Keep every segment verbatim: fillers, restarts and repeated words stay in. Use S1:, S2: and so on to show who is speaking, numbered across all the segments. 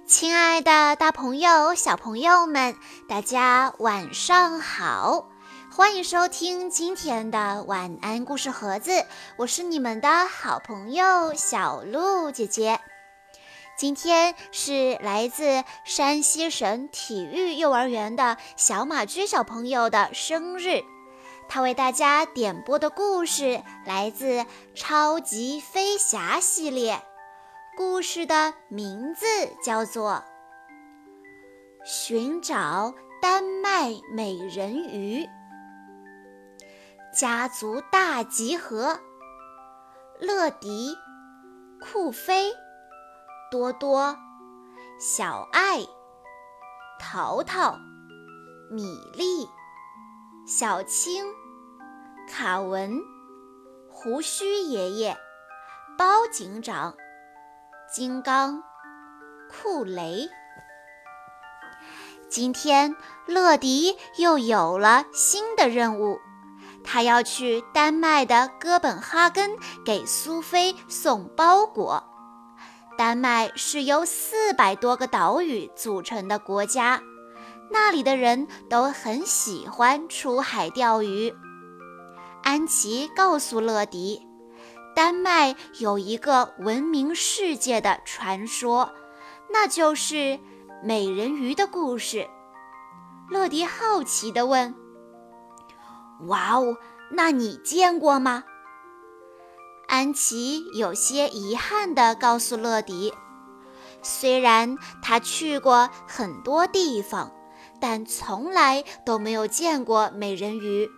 S1: 亲爱的大朋友、小朋友们，大家晚上好！欢迎收听今天的晚安故事盒子，我是你们的好朋友小鹿姐姐。今天是来自山西省体育幼儿园的小马驹小朋友的生日，他为大家点播的故事来自超级飞侠系列，故事的名字叫做寻找丹麦美人鱼。家族大集合，乐迪、酷飞、多多、小爱、淘淘、米粒、小青、卡文、胡须爷爷、包警长、金刚、酷雷。今天乐迪又有了新的任务，他要去丹麦的哥本哈根给苏菲送包裹。丹麦是由四百多个岛屿组成的国家，那里的人都很喜欢出海钓鱼。安琪告诉乐迪，丹麦有一个闻名世界的传说，那就是美人鱼的故事。乐迪好奇地问，哇哦，那你见过吗？安琪有些遗憾地告诉乐迪，虽然他去过很多地方，但从来都没有见过美人鱼。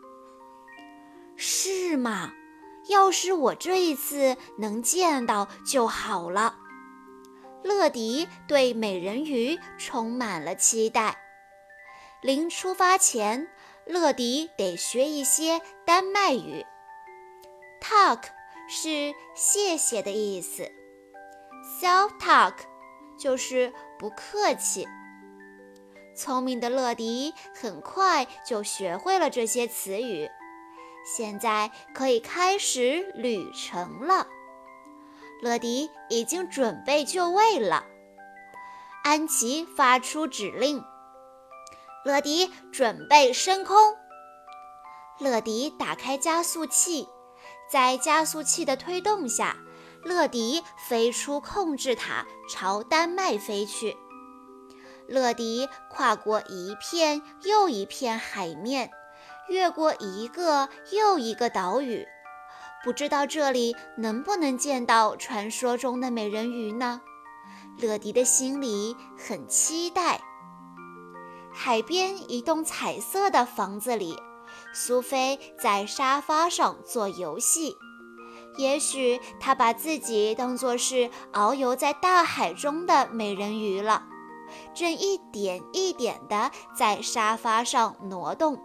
S1: 是吗？要是我这一次能见到就好了。乐迪对美人鱼充满了期待。临出发前，乐迪得学一些丹麦语。 Tack 是谢谢的意思， Self tack 就是不客气。聪明的乐迪很快就学会了这些词语，现在可以开始旅程了。乐迪已经准备就位了。安琪发出指令，乐迪准备升空。乐迪打开加速器，在加速器的推动下，乐迪飞出控制塔，朝丹麦飞去。乐迪跨过一片又一片海面，越过一个又一个岛屿，不知道这里能不能见到传说中的美人鱼呢？乐迪的心里很期待。海边一栋彩色的房子里，苏菲在沙发上做游戏。也许她把自己当作是遨游在大海中的美人鱼了，正一点一点地在沙发上挪动。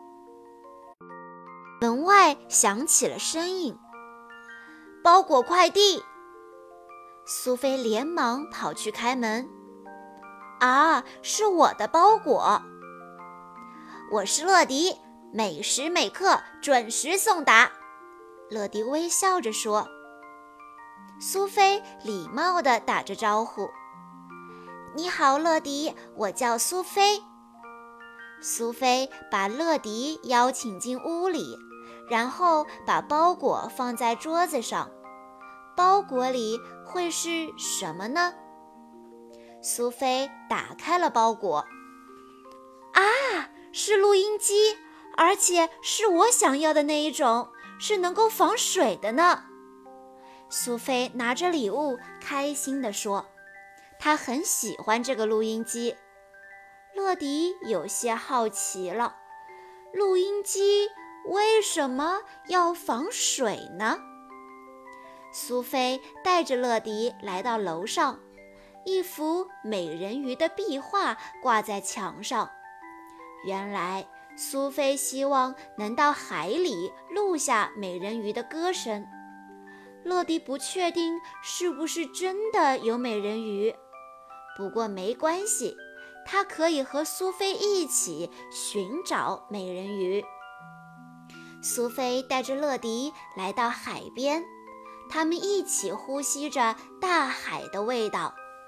S1: 门外响起了声音，包裹快递！苏菲连忙跑去开门。啊，是我的包裹。我是乐迪，每时每刻准时送达。乐迪微笑着说。苏菲礼貌地打着招呼。你好，乐迪，我叫苏菲。苏菲把乐迪邀请进屋里，然后把包裹放在桌子上。包裹里会是什么呢？苏菲打开了包裹。啊，是录音机，而且是我想要的那一种，是能够防水的呢。苏菲拿着礼物开心地说，她很喜欢这个录音机。乐迪有些好奇了，录音机为什么要防水呢？苏菲带着乐迪来到楼上，一幅美人鱼的壁画挂在墙上。原来苏菲希望能到海里录下美人鱼的歌声。乐迪不确定是不是真的有美人鱼，不过没关系，他可以和苏菲一起寻找美人鱼。苏菲带着乐迪来到海边，他们一起呼吸着大海的味道。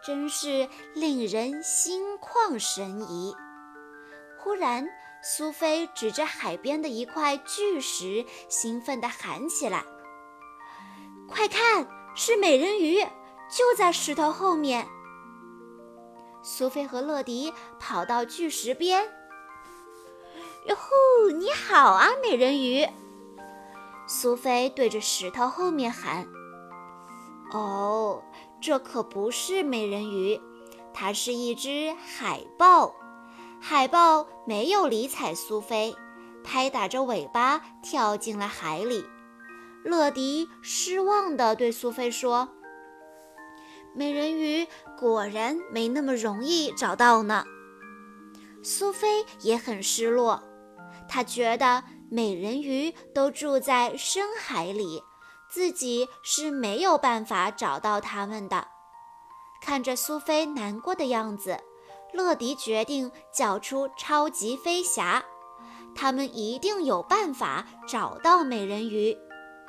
S1: 真是令人心旷神怡。忽然，苏菲指着海边的一块巨石，兴奋地喊起来：快看，是美人鱼，就在石头后面。苏菲和乐迪跑到巨石边。哟呼，你好啊，美人鱼！苏菲对着石头后面喊。哦，这可不是美人鱼，它是一只海豹。海豹没有理睬苏菲，拍打着尾巴跳进了海里。乐迪失望地对苏菲说：美人鱼果然没那么容易找到呢。苏菲也很失落，她觉得美人鱼都住在深海里，自己是没有办法找到它们的。看着苏菲难过的样子，乐迪决定叫出超级飞侠，他们一定有办法找到美人鱼。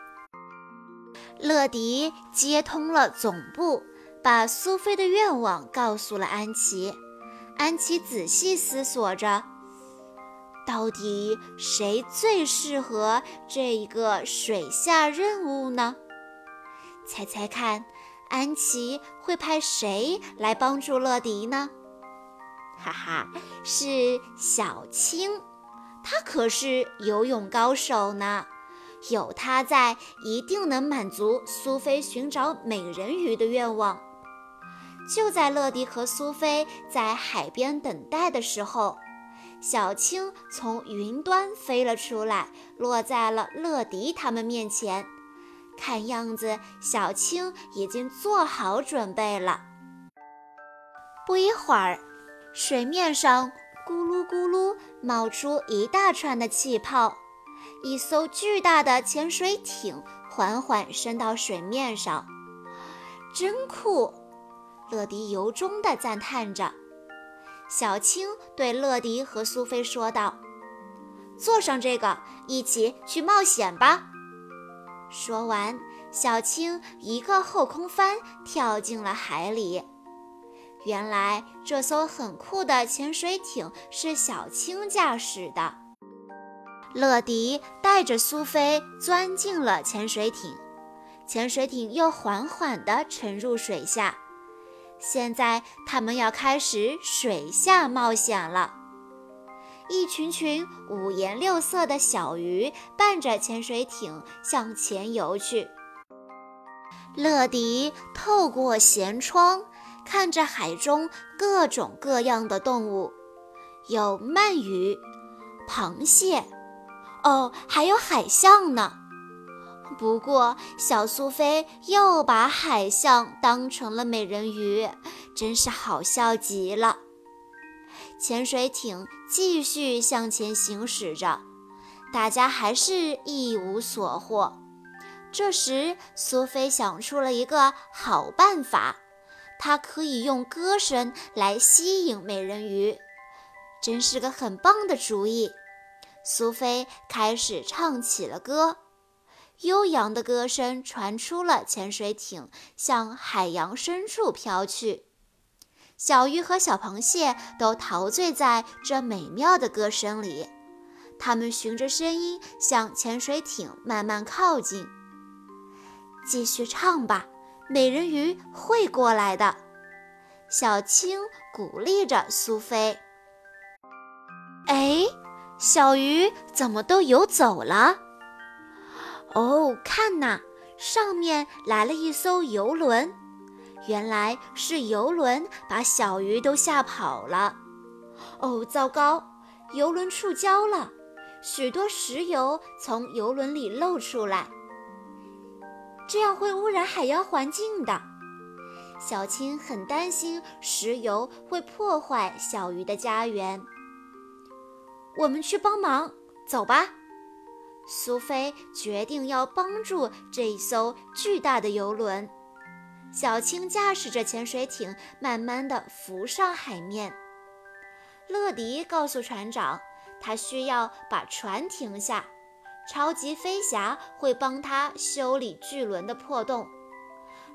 S1: 乐迪接通了总部，把苏菲的愿望告诉了安琪。安琪仔细思索着，到底谁最适合这一个水下任务呢？猜猜看，安琪会派谁来帮助乐迪呢？哈哈，是小青，她可是游泳高手呢，有她在，一定能满足苏菲寻找美人鱼的愿望。就在乐迪和苏菲在海边等待的时候，小青从云端飞了出来，落在了乐迪他们面前。看样子，小青已经做好准备了。不一会儿，水面上咕噜咕噜冒出一大串的气泡，一艘巨大的潜水艇缓缓升到水面上。真酷！乐迪由衷地赞叹着。小青对乐迪和苏菲说道：坐上这个，一起去冒险吧。说完，小青一个后空翻跳进了海里。原来这艘很酷的潜水艇是小青驾驶的。乐迪带着苏菲钻进了潜水艇，潜水艇又缓缓地沉入水下。现在他们要开始水下冒险了。一群群五颜六色的小鱼伴着潜水艇向前游去。乐迪透过舷窗看着海中各种各样的动物，有鳗鱼、螃蟹，哦，还有海象呢。不过小苏菲又把海象当成了美人鱼，真是好笑极了。潜水艇继续向前行驶着，大家还是一无所获。这时苏菲想出了一个好办法，她可以用歌声来吸引美人鱼，真是个很棒的主意。苏菲开始唱起了歌，悠扬的歌声传出了潜水艇，向海洋深处飘去。小鱼和小螃蟹都陶醉在这美妙的歌声里，它们循着声音向潜水艇慢慢靠近。继续唱吧，美人鱼会过来的，小青鼓励着苏菲。哎，小鱼怎么都游走了？哦，看哪，上面来了一艘游轮。原来是游轮把小鱼都吓跑了。哦，糟糕，游轮触礁了，许多石油从游轮里漏出来，这样会污染海洋环境的。小青很担心石油会破坏小鱼的家园。我们去帮忙，走吧。苏菲决定要帮助这一艘巨大的游轮。小青驾驶着潜水艇慢慢地浮上海面。乐迪告诉船长，他需要把船停下，超级飞侠会帮他修理巨轮的破洞。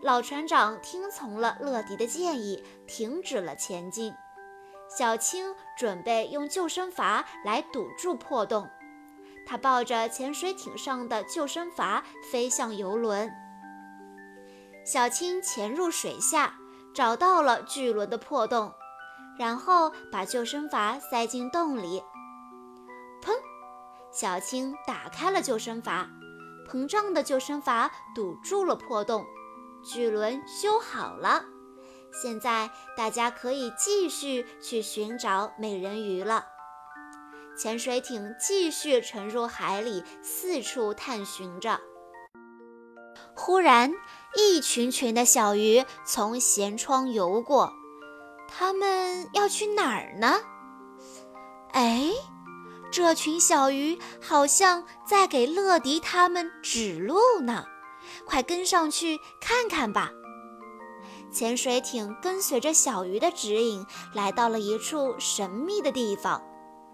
S1: 老船长听从了乐迪的建议，停止了前进。小青准备用救生筏来堵住破洞，他抱着潜水艇上的救生筏飞向游轮。小青潜入水下，找到了巨轮的破洞，然后把救生筏塞进洞里。砰！小青打开了救生筏，膨胀的救生筏堵住了破洞，巨轮修好了。现在大家可以继续去寻找美人鱼了。潜水艇继续沉入海里，四处探寻着。忽然，一群群的小鱼从舷窗游过，它们要去哪儿呢？哎，这群小鱼好像在给乐迪他们指路呢，快跟上去看看吧。潜水艇跟随着小鱼的指引，来到了一处神秘的地方。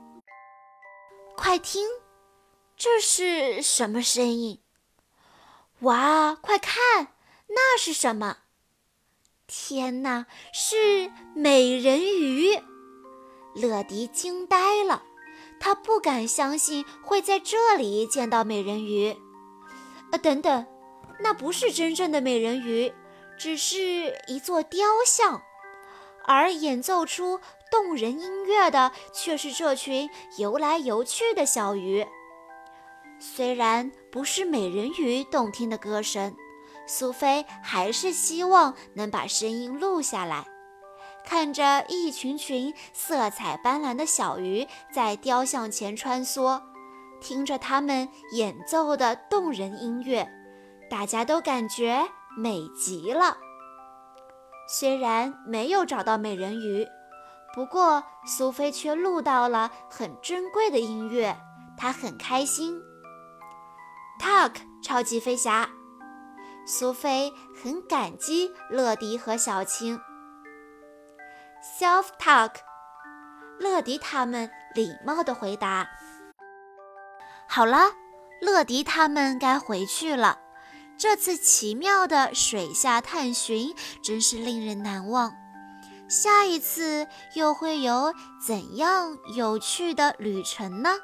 S1: 快听，这是什么声音？哇，快看，那是什么？天哪，是美人鱼！乐迪惊呆了，他不敢相信会在这里见到美人鱼。呃，等等，那不是真正的美人鱼，只是一座雕像，而演奏出动人音乐的却是这群游来游去的小鱼。虽然不是美人鱼动听的歌声，苏菲还是希望能把声音录下来。看着一群群色彩斑斓的小鱼在雕像前穿梭，听着它们演奏的动人音乐，大家都感觉美极了。虽然没有找到美人鱼，不过苏菲却录到了很珍贵的音乐，她很开心。Tuck 超级飞侠，苏菲很感激乐迪和小青。Self Tuck， 乐迪他们礼貌地回答。好了，乐迪他们该回去了。这次奇妙的水下探寻真是令人难忘。下一次又会有怎样有趣的旅程呢？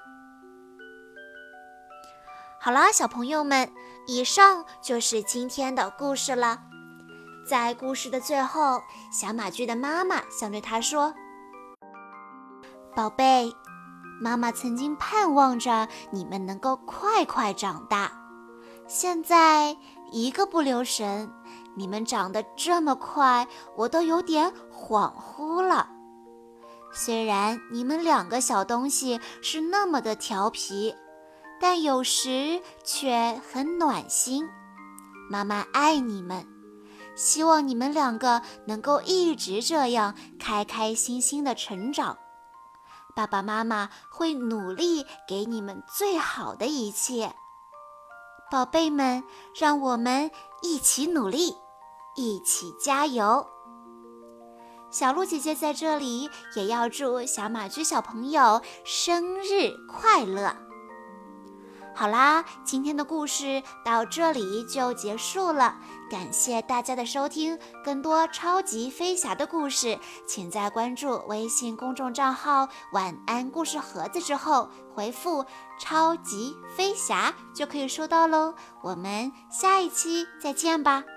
S1: 好啦，小朋友们，以上就是今天的故事了。在故事的最后，小马驹的妈妈想对他说：宝贝，妈妈曾经盼望着你们能够快快长大，现在一个不留神，你们长得这么快，我都有点恍惚了。虽然你们两个小东西是那么的调皮，但有时却很暖心。妈妈爱你们，希望你们两个能够一直这样开开心心的成长。爸爸妈妈会努力给你们最好的一切。宝贝们，让我们一起努力，一起加油。小鹿姐姐在这里也要祝小马驹小朋友生日快乐。好啦，今天的故事到这里就结束了，感谢大家的收听。更多超级飞侠的故事，请在关注微信公众账号晚安故事盒子之后回复超级飞侠就可以收到咯。我们下一期再见吧。